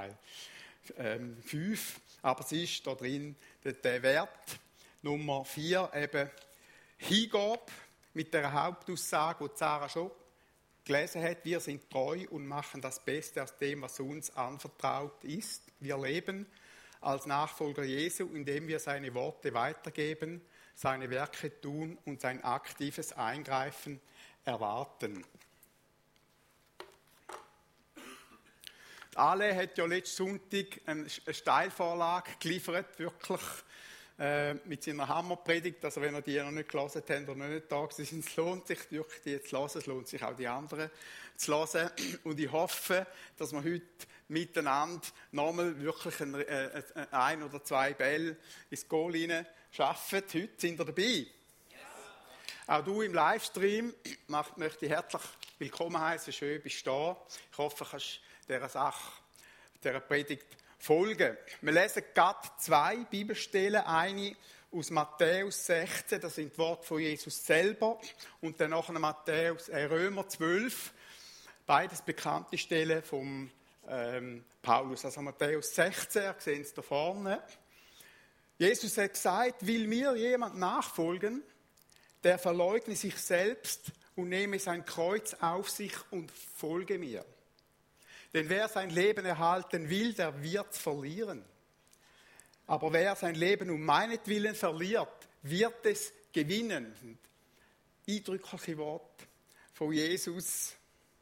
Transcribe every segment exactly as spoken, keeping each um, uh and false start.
Teil ähm, fünf. Aber es ist da drin der, der Wert Nummer vier, eben Hingabe, mit der Hauptaussage, die Sarah schon gelesen hat. Wir sind treu und machen das Beste aus dem, was uns anvertraut ist. Wir leben als Nachfolger Jesu, indem wir seine Worte weitergeben, seine Werke tun und sein aktives Eingreifen erwarten. Ale hat ja letzten Sonntag eine Steilvorlage geliefert, wirklich äh, mit seiner Hammerpredigt. Also wenn ihr die noch nicht gelesen habt oder noch nicht da sind, es lohnt sich wirklich, die zu hören. Es lohnt sich auch, die anderen zu hören. Und ich hoffe, dass wir heute miteinander nochmal wirklich ein, äh, ein oder zwei Bälle ins Goal hinein schaffen. Heute sind ihr dabei. Yes. Auch du im Livestream möchte ich herzlich willkommen heißen. Schön, bist du da. Ich hoffe, du kannst dieser Sache, dieser Predigt folgen. Wir lesen gerade zwei Bibelstellen. Eine aus Matthäus sechzehn, das sind die Worte von Jesus selber. Und dann nachher Matthäus, äh, Römer zwölf. Beides bekannte Stellen vom ähm, Paulus. Also Matthäus sechzehn, ihr seht es da vorne. Jesus hat gesagt, will mir jemand nachfolgen, der verleugne sich selbst und nehme sein Kreuz auf sich und folge mir. Denn wer sein Leben erhalten will, der wird es verlieren. Aber wer sein Leben um meinetwillen verliert, wird es gewinnen. Eindrückliche Worte von Jesus.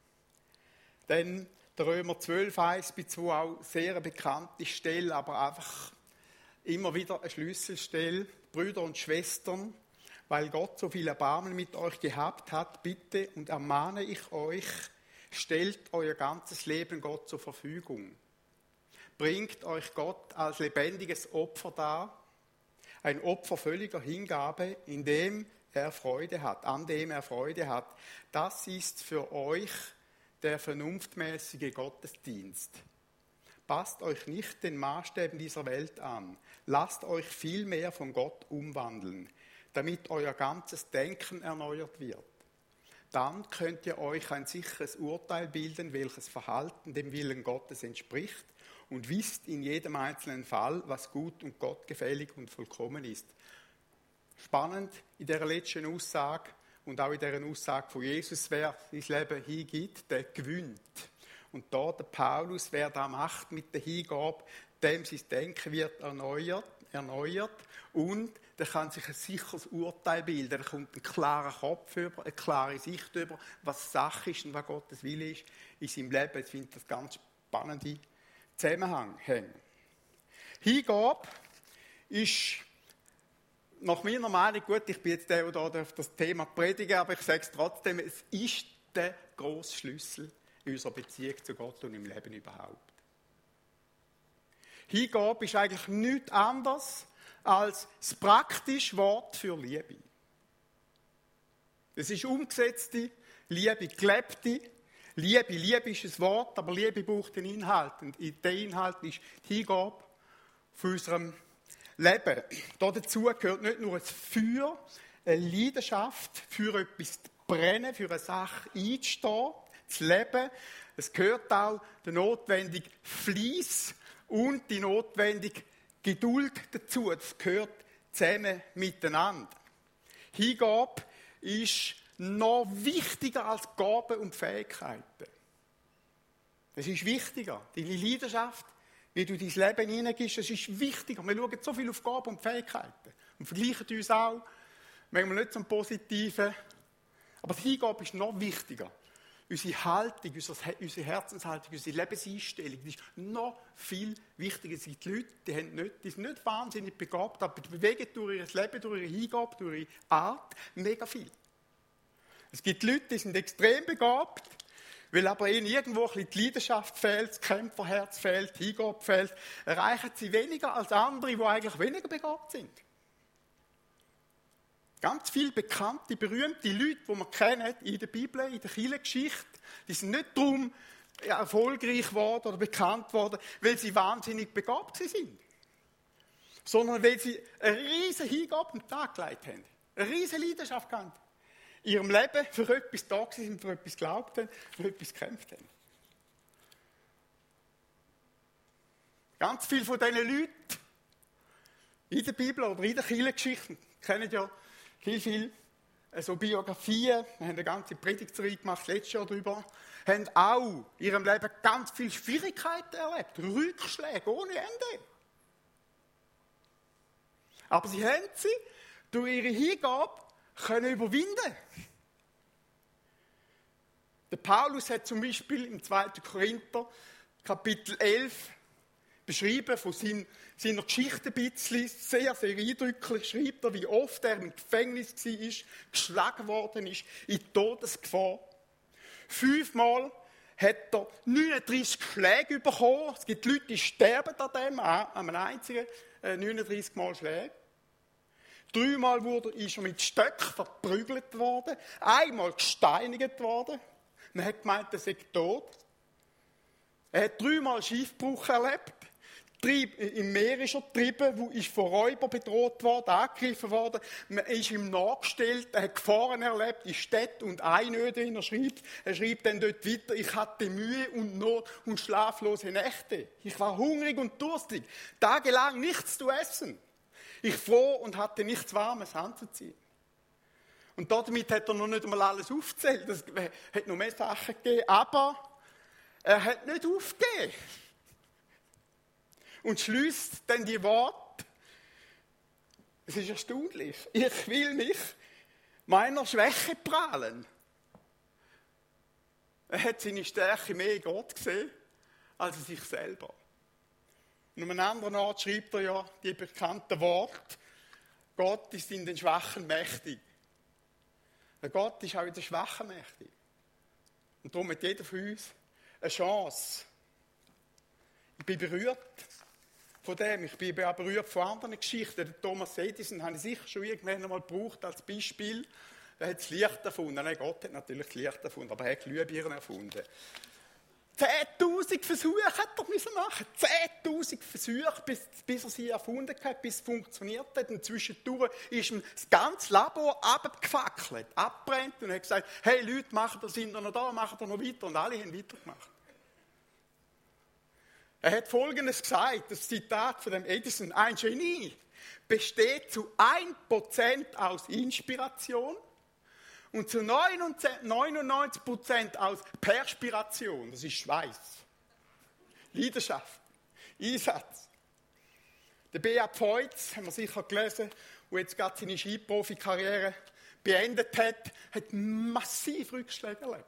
Denn der Römer zwölf, eins bis zwei auch sehr eine bekannte Stelle, aber einfach immer wieder eine Schlüsselstelle. Brüder und Schwestern, weil Gott so viel Erbarmen mit euch gehabt hat, bitte und ermahne ich euch, stellt euer ganzes Leben Gott zur Verfügung. Bringt euch Gott als lebendiges Opfer dar, ein Opfer völliger Hingabe, in dem er Freude hat, an dem er Freude hat. Das ist für euch der vernunftmäßige Gottesdienst. Passt euch nicht den Maßstäben dieser Welt an. Lasst euch vielmehr von Gott umwandeln, damit euer ganzes Denken erneuert wird. Dann könnt ihr euch ein sicheres Urteil bilden, welches Verhalten dem Willen Gottes entspricht und wisst in jedem einzelnen Fall, was gut und gottgefällig und vollkommen ist. Spannend in dieser letzten Aussage und auch in dieser Aussage von Jesus, wer sein Leben hingibt, der gewinnt. Und da der Paulus, wer da macht mit der Hingabe, dem sein Denken wird erneuert, erneuert und der kann sich ein sicheres Urteil bilden. Er kommt einen klaren Kopf über, eine klare Sicht über, was Sache ist und was Gottes Wille ist in seinem Leben. Ich finde das ganz spannende Zusammenhänge. Hingabe ist nach meiner Meinung, gut, ich bin jetzt der, der auf das Thema predigen, aber ich sage es trotzdem, es ist der grosse Schlüssel in unserer Beziehung zu Gott und im Leben überhaupt. Hingabe ist eigentlich nichts anderes als das praktische Wort für Liebe. Es ist umgesetzte Liebe, gelebte Liebe. Liebe ist ein Wort, aber Liebe braucht einen Inhalt. Und der Inhalt ist die Hingabe von unserem Leben. Dazu gehört nicht nur ein Feuer, eine Leidenschaft, für etwas zu brennen, für eine Sache einzustehen, zu leben. Es gehört auch der notwendige Fleiss und die notwendige Geduld dazu. Das gehört zusammen miteinander. Hingabe ist noch wichtiger als Gaben und Fähigkeiten. Es ist wichtiger. Deine Leidenschaft, wie du dein Leben hineingibst, das ist wichtiger. Wir schauen so viel auf Gaben und Fähigkeiten und vergleichen uns auch. Manchmal nicht zum Positiven. Aber die Hingabe ist noch wichtiger. Unsere Haltung, unsere Herzenshaltung, unsere Lebenseinstellung, die ist noch viel wichtiger. Es gibt Leute, die, haben nicht, die sind nicht wahnsinnig begabt, aber die bewegen durch ihr Leben, durch ihre Hingabe, durch ihre Art mega viel. Es gibt Leute, die sind extrem begabt, weil aber ihnen irgendwo ein bisschen die Leidenschaft fehlt, das Kämpferherz fehlt, die Hingabe fehlt, erreichen sie weniger als andere, die eigentlich weniger begabt sind. Ganz viele bekannte, berühmte Leute, die man kennt in der Bibel, in der Kirchengeschichte, die sind nicht darum erfolgreich geworden oder bekannt worden, weil sie wahnsinnig begabt sind, sondern weil sie eine riesige Hingabe am Tag gelegt haben, eine riesige Leidenschaft hatten, in ihrem Leben für etwas da sind, für etwas geglaubt haben, für etwas gekämpft haben. Ganz viele von diesen Leuten in der Bibel oder in der Kirchengeschichte kennen ja viel, viel so Biografien. Wir haben eine ganze Predigtserie gemacht, letztes Jahr darüber. Haben auch in ihrem Leben ganz viele Schwierigkeiten erlebt. Rückschläge ohne Ende. Aber sie haben sie durch ihre Hingabe können überwinden. Der Paulus hat zum Beispiel im zweiten Korinther, Kapitel elf, beschrieben von seiner, seiner Geschichte ein bisschen, sehr, sehr eindrücklich, schreibt er, wie oft er im Gefängnis war, geschlagen worden ist, in Todesgefahr. Fünfmal hat er neununddreißig Schläge bekommen. Es gibt Leute, die sterben an dem, an einem einzigen äh, neununddreißig Mal Schläge. Dreimal wurde, ist er mit Stöcken verprügelt worden, einmal gesteinigt worden. Man hat gemeint, er sei tot. Er hat dreimal Schiffbruch erlebt. Trieb, im Meer ist er getrieben, wo ist von Räubern bedroht worden, angegriffen worden. Man ist ihm nachgestellt, er hat Gefahren erlebt in Städten und Einöden. Er schreibt, er schreibt dann dort weiter, ich hatte Mühe und Not und schlaflose Nächte. Ich war hungrig und durstig, tagelang nichts zu essen. Ich froh und hatte nichts Warmes anzuziehen. Und damit hat er noch nicht einmal alles aufgezählt. Es hat noch mehr Sachen gegeben, aber er hat nicht aufgegeben. Und schließt dann die Worte. Es ist erstaunlich. Ich will mich meiner Schwäche prahlen. Er hat seine Stärke mehr in Gott gesehen, als in sich selber. Und an einem anderen Ort schreibt er ja die bekannten Worte, Gott ist in den Schwachen mächtig. Der Gott ist auch in den Schwachen mächtig. Und darum hat jeder von uns eine Chance. Ich bin berührt von dem. Ich bin auch berührt von anderen Geschichten. Der Thomas Edison habe ich sicher schon irgendwann einmal gebraucht als Beispiel. Er hat das Licht erfunden. Nein, Gott hat natürlich das Licht erfunden, aber er hat Glühbirnen erfunden. zehntausend Versuche hat er müssen machen. zehntausend Versuche, bis, bis er sie erfunden hat, bis es funktioniert hat. Und zwischendurch ist ihm das ganze Labor abgefackelt, abbrennt und hat gesagt, hey Leute, macht ihr, sind ihr noch da, macht ihr noch weiter. Und alle haben weitergemacht. Er hat Folgendes gesagt, das Zitat von dem Edison, ein Genie besteht zu ein Prozent aus Inspiration und zu neunundneunzig Prozent aus Perspiration, das ist Schweiß, Leidenschaft, Einsatz. Der Beat Feutz, haben wir sicher gelesen, der jetzt gerade seine Skiprofi-Karriere beendet hat, hat massiv Rückschläge erlebt.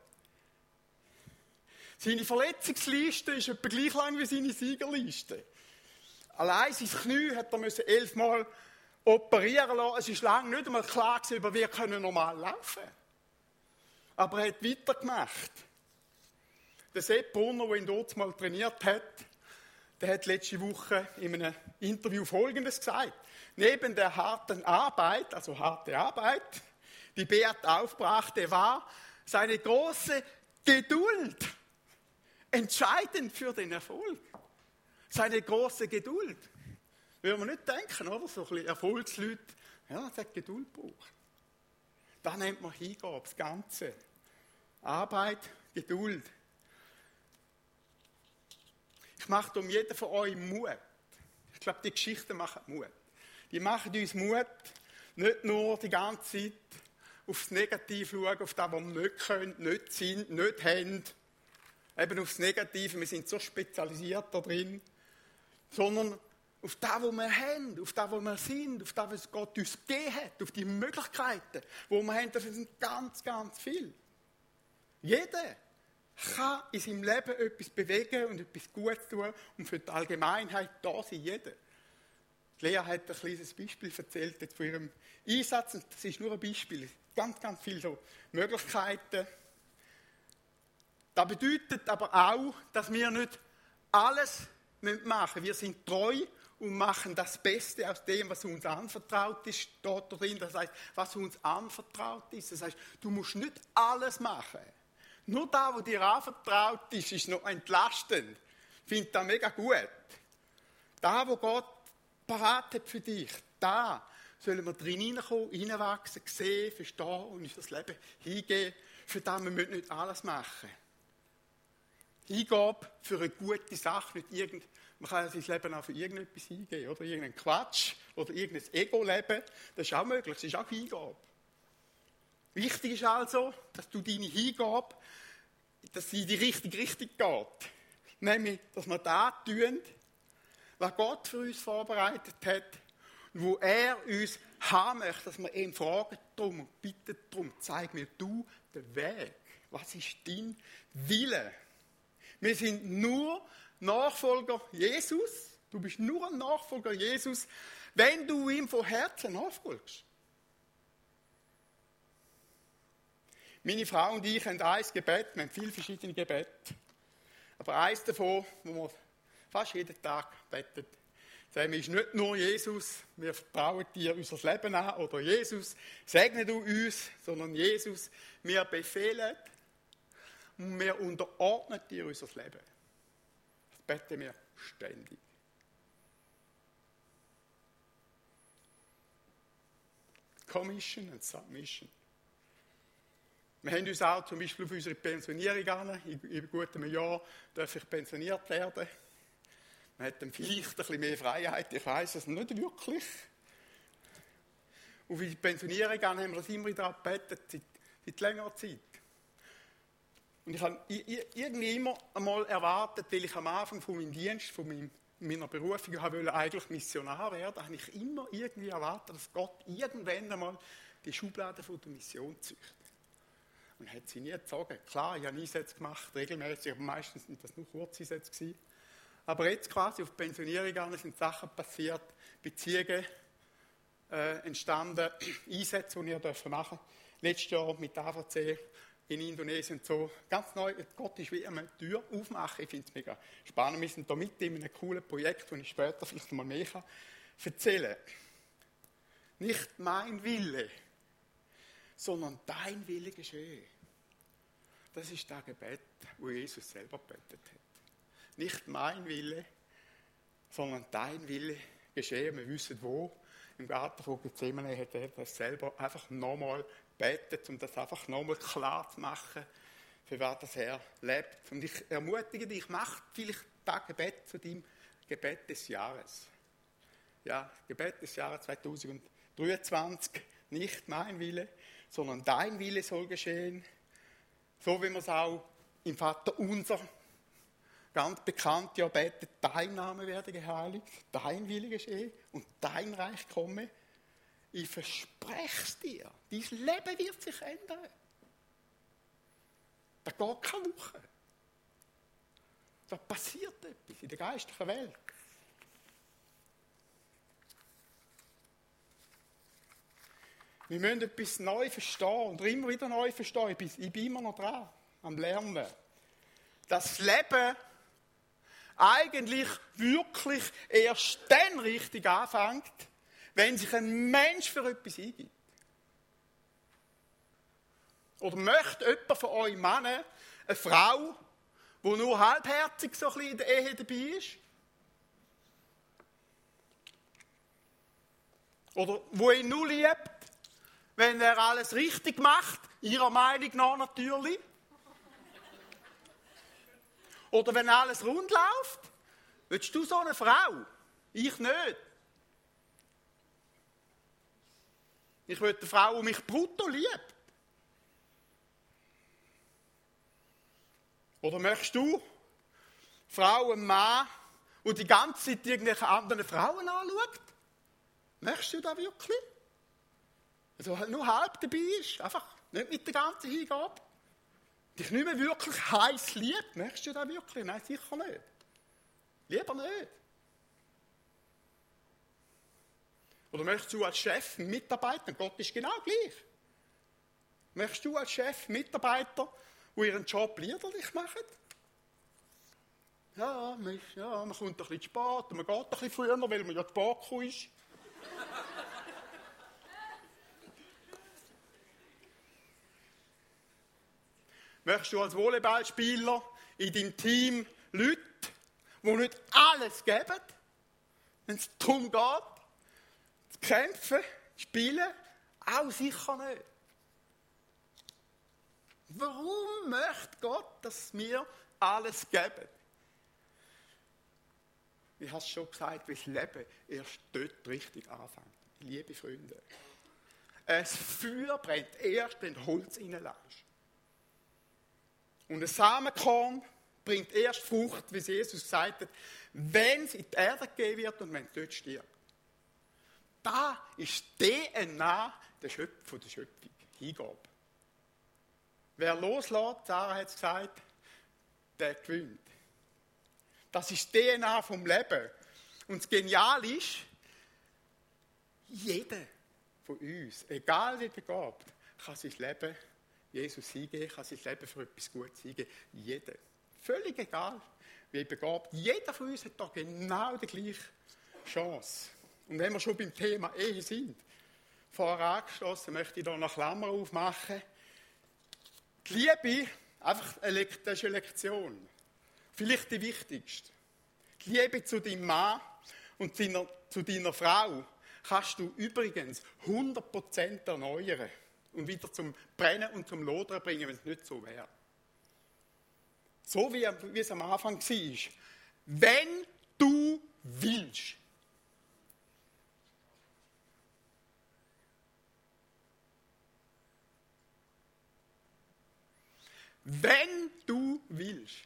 Seine Verletzungsliste ist etwa gleich lang wie seine Siegerliste. Allein sein Knie hat er elfmal operieren lassen. Es ist lange nicht einmal klar gewesen, ob wir können normal laufen. Aber er hat weitergemacht. Der Sepp Brunner, der ihn dort mal trainiert hat, der hat letzte Woche in einem Interview Folgendes gesagt. Neben der harten Arbeit, also harte Arbeit, die Beat aufbrachte, war seine große Geduld entscheidend für den Erfolg. Seine große Geduld. Würde man nicht denken, oder? So ein bisschen Erfolgsleute, ja, das hat Geduld gebraucht. Da nennt man Hingabe, das Ganze. Arbeit, Geduld. Ich mache um jeden von euch Mut. Ich glaube, die Geschichten machen Mut. Die machen uns Mut, nicht nur die ganze Zeit aufs Negative schauen, auf das, was wir nicht können, nicht sind, nicht haben. Eben aufs Negative, wir sind so spezialisiert da drin. Sondern auf das, was wir haben, auf das, was wir sind, auf das, was Gott uns gegeben hat, auf die Möglichkeiten, die wir haben, das sind ganz, ganz viel. Jeder kann in seinem Leben etwas bewegen und etwas Gutes tun und für die Allgemeinheit da sein, jeder. Lea hat ein kleines Beispiel erzählt jetzt von ihrem Einsatz, und das ist nur ein Beispiel, ganz, ganz viele so Möglichkeiten. Das bedeutet aber auch, dass wir nicht alles machen müssen. Wir sind treu und machen das Beste aus dem, was uns anvertraut ist. Dort drin, das heißt, was uns anvertraut ist. Das heißt, du musst nicht alles machen. Nur das, was dir anvertraut ist, ist noch entlastend. Ich finde das mega gut. Da, wo Gott parat hat für dich, da sollen wir drin hineinkommen, hineinwachsen, sehen, verstehen und uns das Leben hingeben. Für das wir müssen nicht alles machen. Hingabe für eine gute Sache, nicht irgend Man kann sein Leben auch für irgendetwas hingeben, oder irgendeinen Quatsch, oder irgendein Ego-Leben. Das ist auch möglich, das ist auch Hingabe. Wichtig ist also, dass du deine Hingabe, dass sie in die richtige Richtung geht. Nämlich, dass wir das tun, was Gott für uns vorbereitet hat, wo er uns haben möchte, dass wir ihn fragen drum und bitten drum, zeig mir du den Weg. Was ist dein Wille? Wir sind nur Nachfolger Jesus. Du bist nur ein Nachfolger Jesus, wenn du ihm von Herzen nachfolgst. Meine Frau und ich haben ein Gebet, wir haben viele verschiedene Gebete. Aber eins davon, wo wir fast jeden Tag beten, sagen wir, ist nicht nur Jesus, wir vertrauen dir unser Leben an, oder Jesus, segne du uns, sondern Jesus, wir befehlen und wir unterordnen dir unser Leben. Das beten wir ständig. Commission and Submission. Wir haben uns auch zum Beispiel auf unsere Pensionierung an. In gut einem Jahr darf ich pensioniert werden. Man hat dann vielleicht ein bisschen mehr Freiheit, ich weiss es nicht wirklich. Auf die Pensionierung an haben wir das immer wieder gebetet, seit, seit längerer Zeit. Und ich habe irgendwie immer einmal erwartet, weil ich am Anfang von meinem Dienst, von meinem, meiner Berufung, wollte eigentlich Missionar werden, habe ich immer irgendwie erwartet, dass Gott irgendwann einmal die Schublade von der Mission züchtet. Und hat sie nie gezogen. Klar, ich habe Einsätze gemacht, regelmäßig, aber meistens sind das nur Kurzeinsätze gewesen. Aber jetzt quasi auf die Pensionierung sind Sachen passiert, Beziehungen äh, entstanden, Einsätze, die wir machen dürfen. Letztes Jahr mit A V C in Indonesien und so. Ganz neu, Gott ist wie eine Tür aufmachen. Ich finde es mega spannend. Wir sind da mit in einem coolen Projekt, das ich später vielleicht mal mehr erzählen kann. Nicht mein Wille, sondern dein Wille geschehe. Das ist das Gebet, wo Jesus selber gebetet hat. Nicht mein Wille, sondern dein Wille geschehe. Wir wissen wo. Im Garten von Gethsemane hat er das selber einfach nochmal gebetet, um das einfach nochmal klar zu machen, für was das er lebt. Und ich ermutige dich, mach vielleicht das Gebet zu deinem Gebet des Jahres. Ja, Gebet des Jahres zweitausenddreiundzwanzig. Nicht mein Wille, sondern dein Wille soll geschehen. So wie wir es auch im Vater unser ganz bekannt ja betet, dein Name werde geheiligt, dein Wille geschehe und dein Reich komme. Ich verspreche es dir, dein Leben wird sich ändern. Da geht keine Woche. Da passiert etwas in der geistlichen Welt. Wir müssen etwas neu verstehen und immer wieder neu verstehen. Ich bin, ich bin immer noch dran, am Lernen. Das Leben eigentlich wirklich erst dann richtig anfängt, wenn sich ein Mensch für etwas eingibt. Oder möchte jemand von euch Männern eine Frau, die nur halbherzig so ein bisschen in der Ehe dabei ist? Oder wo ihn nur liebt, wenn er alles richtig macht, ihrer Meinung nach natürlich? Oder wenn alles rund läuft? Willst du so eine Frau? Ich nicht. Ich will eine Frau, die mich brutto liebt. Oder möchtest du Frau, einen Mann, der die ganze Zeit irgendwelche anderen Frauen anschaut? Möchtest du das wirklich? Also halt nur halb dabei ist, einfach nicht mit der ganzen Hingabe. Dich nicht mehr wirklich heiß liebt, möchtest du das wirklich? Nein, sicher nicht. Lieber nicht. Oder möchtest du als Chef, Mitarbeiter, Gott ist genau gleich. Möchtest du als Chef, Mitarbeiter, die ihren Job liederlich machen? Ja, man, ja, man kommt ein bisschen zu spät und man geht ein bisschen früher, weil man ja zu spät gekommen ist. Möchtest du als Volleyballspieler in deinem Team Leute, die nicht alles geben, wenn es darum geht, zu kämpfen, zu spielen? Auch sicher nicht. Warum möchte Gott, dass wir alles geben? ich habe es schon gesagt, wie das Leben erst dort richtig anfängt. Liebe Freunde, ein Feuer brennt erst, wenn du Holz reinlässt. Und ein Samenkorn bringt erst Frucht, wie Jesus gesagt hat, wenn es in die Erde gegeben wird und wenn es dort stirbt. Da ist D N A der Schöpfung von der Schöpfung, Hingabe. Wer loslässt, Sarah hat es gesagt, der gewinnt. Das ist die D N A vom Leben. Und das Geniale ist, jeder von uns, egal wie begabt, kann sein Leben Jesus hingeben, kann sein Leben für etwas Gutes hingeben. Jeder. Völlig egal, wie begabt. Jeder von uns hat da genau die gleiche Chance. Und wenn wir schon beim Thema Ehe sind, vorher angeschlossen, möchte ich da noch Klammer aufmachen. Die Liebe, einfach eine, das ist eine Lektion. Vielleicht die wichtigste. Die Liebe zu deinem Mann und zu deiner Frau kannst du übrigens hundert Prozent erneuern und wieder zum Brennen und zum Lodern bringen, wenn es nicht so wäre. So wie, wie es am Anfang war. Wenn du willst. Wenn du willst.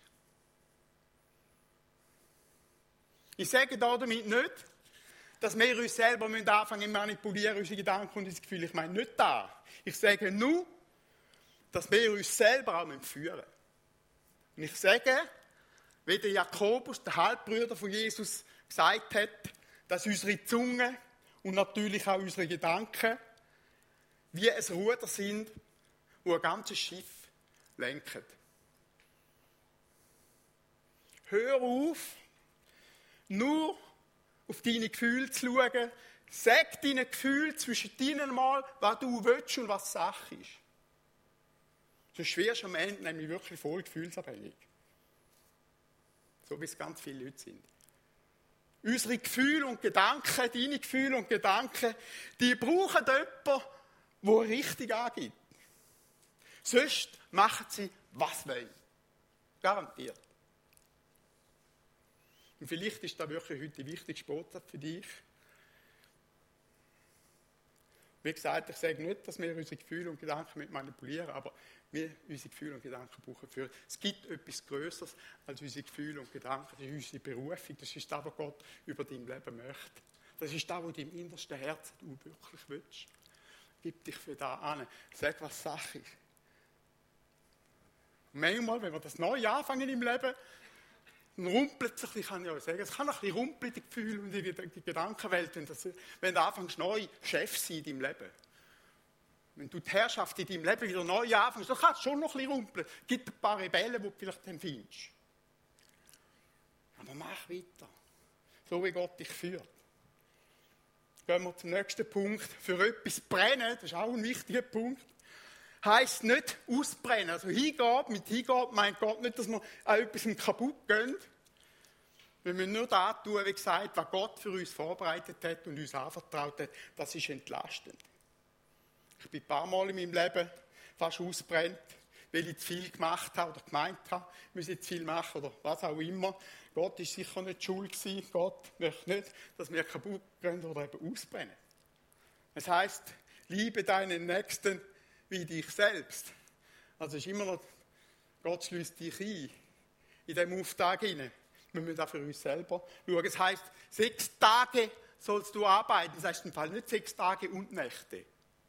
Ich sage damit nicht, dass wir uns selber anfangen zu manipulieren, unsere Gedanken und unsere Gefühle. Ich meine nicht da. Ich sage nur, dass wir uns selber auch führen müssen. Und ich sage, wie der Jakobus, der Halbbruder von Jesus, gesagt hat, dass unsere Zunge und natürlich auch unsere Gedanken wie ein Ruder sind, wo ein ganzes Schiff lenken. Hör auf, nur auf deine Gefühle zu schauen. Sag deinen Gefühlen zwischen deinen mal, was du willst und was Sache ist. Sonst wirst du am Ende nämlich wirklich voll gefühlsabhängig. So wie es ganz viele Leute sind. Unsere Gefühle und Gedanken, deine Gefühle und Gedanken, die brauchen jemanden, der richtig angibt. Sonst machen sie, was wollen. Garantiert. Und vielleicht ist das wirklich heute die wichtigste Botschaft für dich. Wie gesagt, ich sage nicht, dass wir unsere Gefühle und Gedanken mit manipulieren, aber wir unsere Gefühle und Gedanken brauchen für. Es gibt etwas Größeres als unsere Gefühle und Gedanken. Das ist unsere Berufung. Das ist das, was Gott über dein Leben möchte. Das ist das, was du im innersten Herzen du wirklich willst. Gib dich für das an. Sag, was Sache ist. Und manchmal, wenn wir das neu anfangen im Leben, dann rumpelt es sich, kann ich auch sagen, es kann ein bisschen rumpeln, die Gefühle und die, die Gedankenwelt, wenn, das, wenn du anfängst, neu Chef zu sein in deinem Leben. Wenn du die Herrschaft in deinem Leben wieder neu anfängst, dann kann es schon noch ein bisschen rumpeln. Es gibt ein paar Rebellen, die du vielleicht dann findest. Aber mach weiter. So wie Gott dich führt. Gehen wir zum nächsten Punkt. Für etwas brennen, das ist auch ein wichtiger Punkt, heisst nicht ausbrennen. Also Hingabe, mit Hingabe meint Gott nicht, dass wir an etwas kaputt gehen. Wir müssen nur das tun, wie gesagt, was Gott für uns vorbereitet hat und uns anvertraut hat. Das ist entlastend. Ich bin ein paar Mal in meinem Leben fast ausgebrannt, weil ich zu viel gemacht habe oder gemeint habe, ich müsse zu viel machen oder was auch immer. Gott war sicher nicht schuld gewesen. Gott möchte nicht, dass wir kaputt gehen oder eben ausbrennen. Das heisst, liebe deinen Nächsten wie dich selbst. Also es ist immer noch, Gott schließt dich ein, in diesem Auftrag hinein. Wir müssen auch für uns selber schauen. Es heisst, sechs Tage sollst du arbeiten. Das heißt im Fall nicht sechs Tage und Nächte.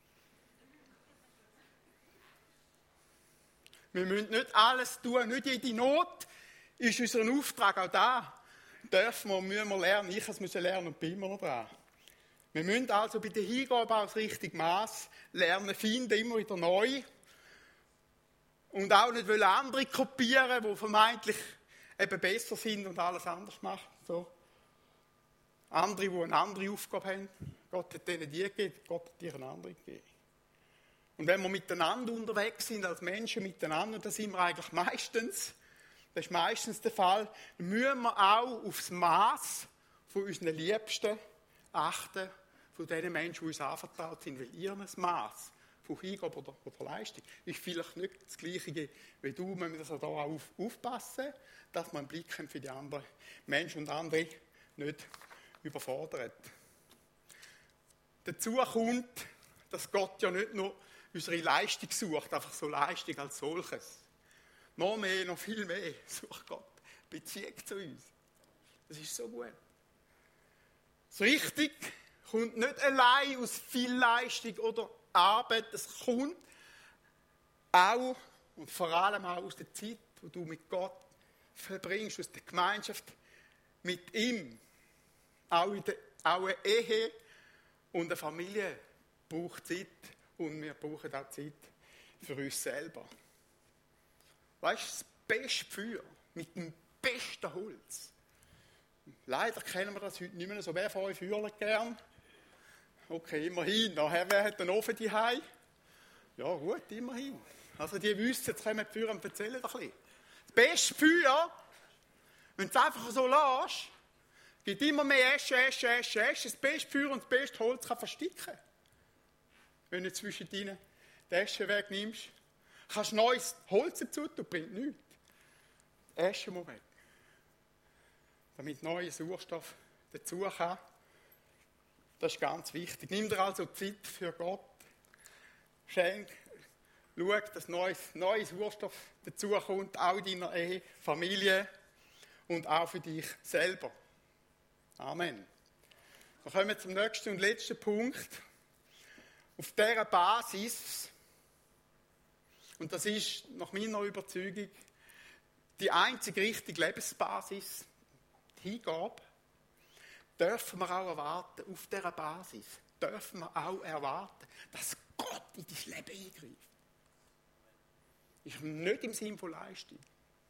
Wir müssen nicht alles tun, nicht jede Not ist unser Auftrag auch da. Dürfen wir, müssen wir lernen. Ich muss lernen und bin immer noch dran. Wir müssen also bei der Hingabe auch das richtige Maß lernen, finden, immer wieder neu. Und auch nicht wollen andere kopieren, die vermeintlich eben besser sind und alles anders machen. So. Andere, die eine andere Aufgabe haben. Gott hat denen die gegeben, Gott hat dir eine andere gegeben. Und wenn wir miteinander unterwegs sind, als Menschen miteinander, das sind wir eigentlich meistens, das ist meistens der Fall, müssen wir auch aufs Maß von unseren Liebsten achten, von den Menschen, die uns anvertraut sind, weil ihr Maß von Hingabe oder, oder Leistung ist vielleicht nicht das Gleiche wie du. Wir müssen also da auf, aufpassen, dass wir einen Blick haben für die anderen Menschen und andere nicht überfordert. Dazu kommt, dass Gott ja nicht nur unsere Leistung sucht, einfach so Leistung als solches. Noch mehr, noch viel mehr sucht Gott Beziehung zu uns. Das ist so gut. Das Richtig kommt nicht allein aus viel Leistung oder Arbeit, es kommt auch und vor allem auch aus der Zeit, die du mit Gott verbringst, aus der Gemeinschaft mit ihm. Auch, in der, auch eine Ehe und eine Familie braucht Zeit und wir brauchen auch Zeit für uns selber. Weißt du, das beste Feuer mit dem besten Holz. Leider kennen wir das heute nicht mehr so. Wer von euch feuert gern? Okay, immerhin. Nachher, wer hat einen Ofen daheim? Ja, gut, immerhin. Also die wissen, jetzt kommen die Feuer und erzählen doch ein bisschen. Das beste Feuer, wenn du es einfach so lässt, gibt immer mehr Asche, Asche, Asche, Asche. Das beste Feuer und das beste Holz kann versticken. Wenn du zwischen deinen die Asche wegnimmst, kannst du neues Holz dazu tun, bringt nichts. Die Asche muss weg. Damit neuer Sauerstoff dazu kann. Das ist ganz wichtig. Nimm dir also Zeit für Gott. Schenk, schau, dass neues, neuer Sauerstoff dazukommt, auch in deiner Ehe, Familie und auch für dich selber. Amen. Dann kommen wir zum nächsten und letzten Punkt. Auf dieser Basis, und das ist nach meiner Überzeugung die einzige richtige Lebensbasis, die Hingabe, dürfen wir auch erwarten, auf dieser Basis, dürfen wir auch erwarten, dass Gott in dein Leben eingreift. Ist nicht im Sinn von Leistung.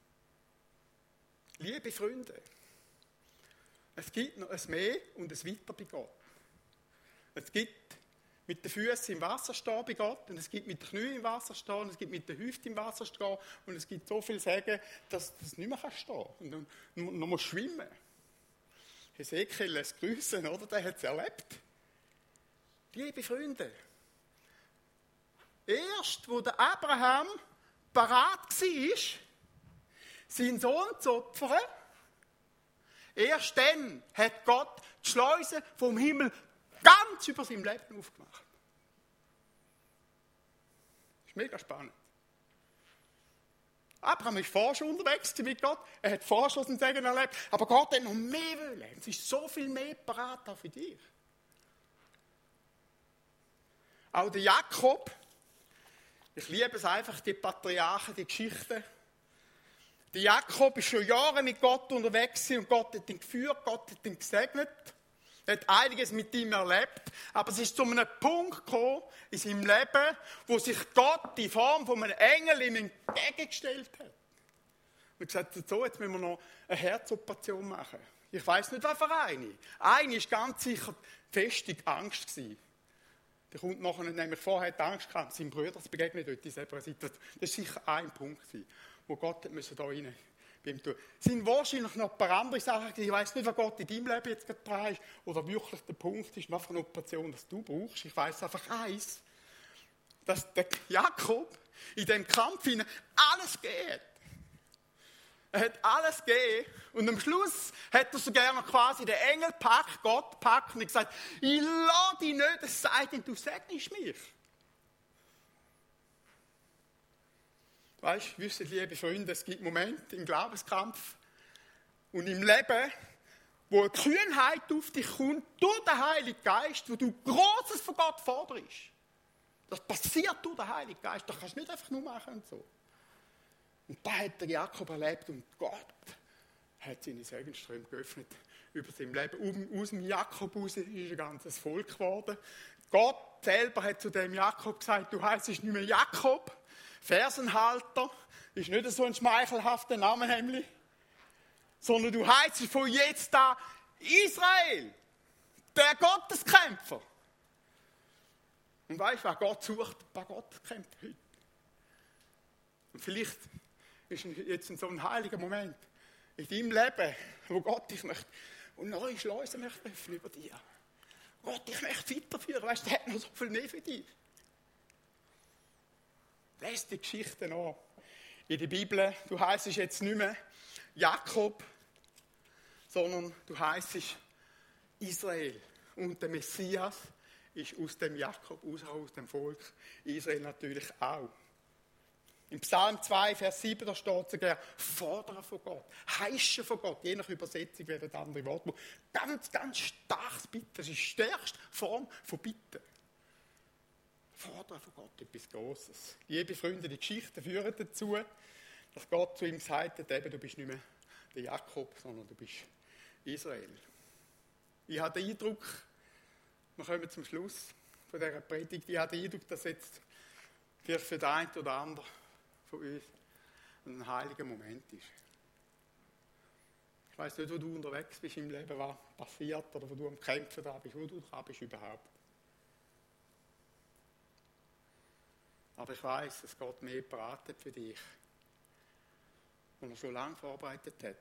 Liebe Freunde, es gibt noch ein Mehr und ein Weiter bei Gott. Es gibt mit den Füßen im Wasser stehen bei Gott und es gibt mit den Knien im Wasser stehen und es gibt mit den Hüften im Wasser stehen und es gibt so viel Sagen, dass du nicht mehr stehen kannst und du noch musst schwimmen. Hesekiel lässt grüßen, oder? Der hat es erlebt. Liebe Freunde, erst wo der Abraham parat war, seinen Sohn zu opfern, erst dann hat Gott die Schleusen vom Himmel ganz über sein Leben aufgemacht. Das ist mega spannend. Abraham war vorher schon unterwegs mit Gott. Er hat vorher schon sein Segen erlebt. Aber Gott hat noch mehr wollen. Es ist so viel mehr parat auch für dich. Auch der Jakob. Ich liebe es einfach, die Patriarchen, die Geschichten. Der Jakob ist schon Jahre mit Gott unterwegs und Gott hat ihn geführt, Gott hat ihn gesegnet. Er hat einiges mit ihm erlebt, aber es ist zu einem Punkt gekommen in seinem Leben, wo sich Gott in Form von einem Engel ihm entgegengestellt hat. Und gesagt hat, so, jetzt müssen wir noch eine Herzoperation machen. Ich weiss nicht, was für eine. Eine war ganz sicher die Festung Angst gewesen. Der kommt nachher nämlich vorher hat Angst gehabt, seinem Bruder zu begegnen dort in dieser Situation. Das war sicher ein Punkt gewesen, wo Gott da rein bei ihm tun. Es sind wahrscheinlich noch ein paar andere Sachen. Ich weiss nicht, was Gott in deinem Leben jetzt gerade dran ist oder wirklich der Punkt ist, was für eine Operation das du brauchst. Ich weiss einfach eins, dass der Jakob in diesem Kampf hinein alles geht. Er hat alles gegeben und am Schluss hat er sogar noch quasi den Engel gepackt, Gott gepackt und gesagt, ich lasse dich nicht, es sei denn, du segnest mich. Weißt du, wisst ihr, liebe Freunde, es gibt Momente im Glaubenskampf und im Leben, wo eine Kühnheit auf dich kommt, durch den Heiligen Geist, wo du Großes von Gott forderst. Das passiert durch den Heiligen Geist, das kannst du nicht einfach nur machen und so. Und da hat der Jakob erlebt und Gott hat seine Segenströme geöffnet über sein Leben. Aus dem Jakob raus ist ein ganzes Volk geworden. Gott selber hat zu dem Jakob gesagt, du heisst nicht mehr Jakob, Fersenhalter, ist nicht so ein schmeichelhafter Name, nämlich, sondern du heisst von jetzt an Israel, der Gotteskämpfer. Und weißt du, wer Gott sucht, wer Gott kämpft heute. Und vielleicht ist jetzt so ein heiliger Moment in deinem Leben, wo Gott dich möchte und neue Schleusen möchte öffnen über dir. Gott, ich möchte weiterführen, weißt du, der hat noch so viel mehr für dich. Lies die Geschichte an. In der Bibel, du heisst jetzt nicht mehr Jakob, sondern du heisst Israel. Und der Messias ist aus dem Jakob, aus dem Volk Israel natürlich auch. Im Psalm zwei, Vers sieben, da steht sogar, fordern von Gott, heischen von Gott, je nach Übersetzung werden andere Worte. Ganz, ganz starkes Bitten, das ist die stärkste Form von Bitten. Fordern von Gott etwas Grosses. Liebe Freunde, die Geschichten führen dazu, dass Gott zu ihm sagt, eben, du bist nicht mehr der Jakob, sondern du bist Israel. Ich habe den Eindruck, wir kommen zum Schluss von dieser Predigt, ich habe den Eindruck, dass jetzt vielleicht für den einen oder anderen von uns ein heiliger Moment ist. Ich weiss nicht, wo du unterwegs bist im Leben, was passiert oder wo du am Kämpfen da bist, wo du dran bist überhaupt. Aber ich weiss, dass Gott mehr beratet für dich, und er schon lange vorbereitet hat.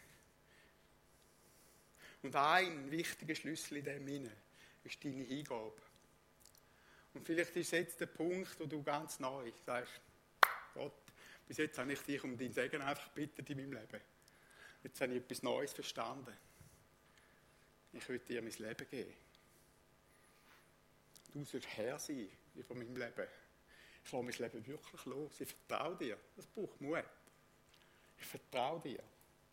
Und ein wichtiger Schlüssel in dem Sinne ist deine Hingabe. Und vielleicht ist jetzt der Punkt, wo du ganz neu sagst, Gott, bis jetzt habe ich dich um deinen Segen einfach gebeten in meinem Leben. Jetzt habe ich etwas Neues verstanden. Ich will dir mein Leben geben. Du sollst Herr sein über mein Leben. Ich lasse mein Leben wirklich los. Ich vertraue dir. Das braucht Mut. Ich vertraue dir.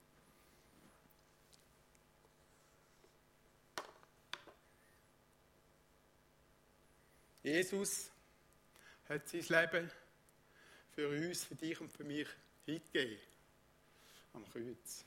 Jesus hat sein Leben für uns, für dich und für mich hingegeben. Am Kreuz.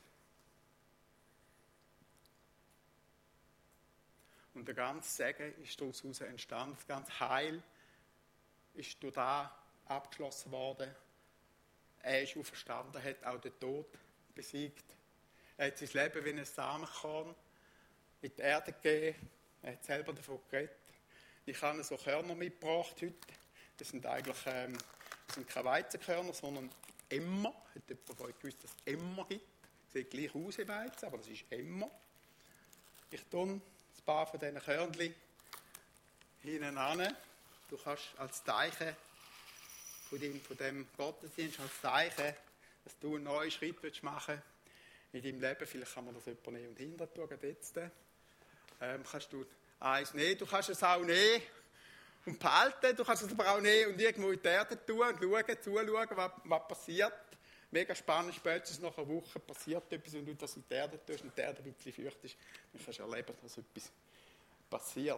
Und der ganze Segen ist daraus entstanden. Das ganze Heil ist durch das abgeschlossen worden. Er ist auferstanden, hat auch den Tod besiegt. Er hat sein Leben wie ein Samenkorn in die Erde gegeben. Er hat selber davon geredet. Ich habe so Körner mitgebracht heute. Das sind eigentlich ähm, das sind keine Weizenkörner, sondern Emmer. Hat jemand von euch gewusst, dass es Emmer gibt? Sieht gleich aus wie Weizen, aber das ist Emmer. Ich tue ein paar von diesen Körnchen hinten an. Du kannst als Zeichen von dem, von dem Gottesdienst, als Zeichen, dass du einen neuen Schritt machen willst in deinem Leben. Vielleicht kann man das jemand nehmen und hinten tun, jetzt. Ähm, kannst du eins nehmen, du kannst es auch nehmen und behalten, du kannst es aber auch nehmen und irgendwo in die Erde tun und schauen, zuschauen, was, was passiert. Mega spannend, spätestens nach einer Woche passiert etwas, wenn du das in die Erde tust und die Erde ein bisschen fürchtest, dann kannst du erleben, dass etwas passiert.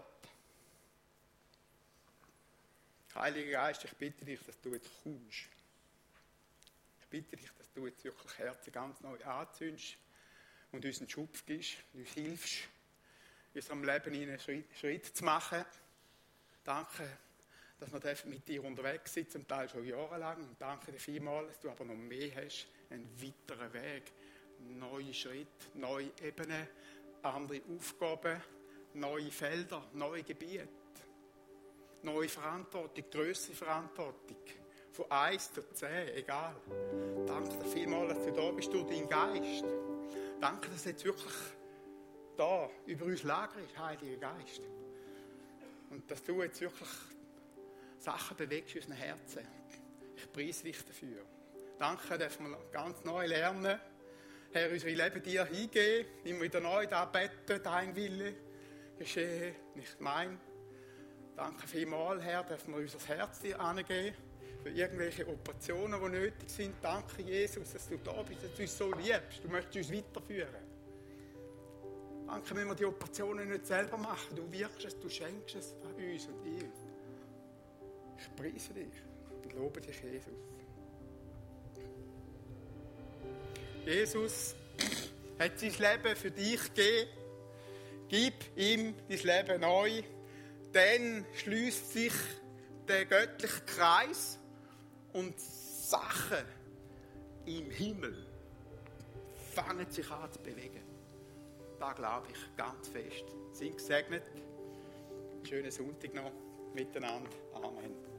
Heiliger Geist, ich bitte dich, dass du jetzt kommst. Ich bitte dich, dass du jetzt wirklich Herzen ganz neu anzündest und uns einen Schubs gibst, uns hilfst, in unserem Leben einen Schritt, Schritt zu machen. Danke, dass wir mit dir unterwegs sind, zum Teil schon jahrelang. Und danke dir vielmals, dass du aber noch mehr hast, einen weiteren Weg, neue Schritte, neue Ebenen, andere Aufgaben, neue Felder, neue Gebiete, neue Verantwortung, grössere Verantwortung, von eins zu zehn, egal. Danke dir vielmals, dass du da bist durch deinen Geist. Danke, dass du jetzt wirklich da über uns lagerst, Heiliger Geist. Und dass du jetzt wirklich Sachen bewegst in unseren Herzen. Ich preise dich dafür. Danke, dass wir ganz neu lernen. Herr, unser Leben dir hingeben, immer wieder neu da beten, dein Wille geschehe, nicht mein. Danke vielmals, Herr, dass wir unser Herz dir angeben für irgendwelche Operationen, die nötig sind. Danke, Jesus, dass du da bist, dass du uns so liebst. Du möchtest uns weiterführen. Danke, wenn wir die Operationen nicht selber machen. Du wirkst es, du schenkst es an uns und ihm. Ich preise dich und lobe dich, Jesus. Jesus hat sein Leben für dich gegeben. Gib ihm dein Leben neu. Dann schließt sich der göttliche Kreis und Sachen im Himmel fangen sich an zu bewegen. Da glaube ich ganz fest. Sind gesegnet. Schönen Sonntag noch miteinander. Amen.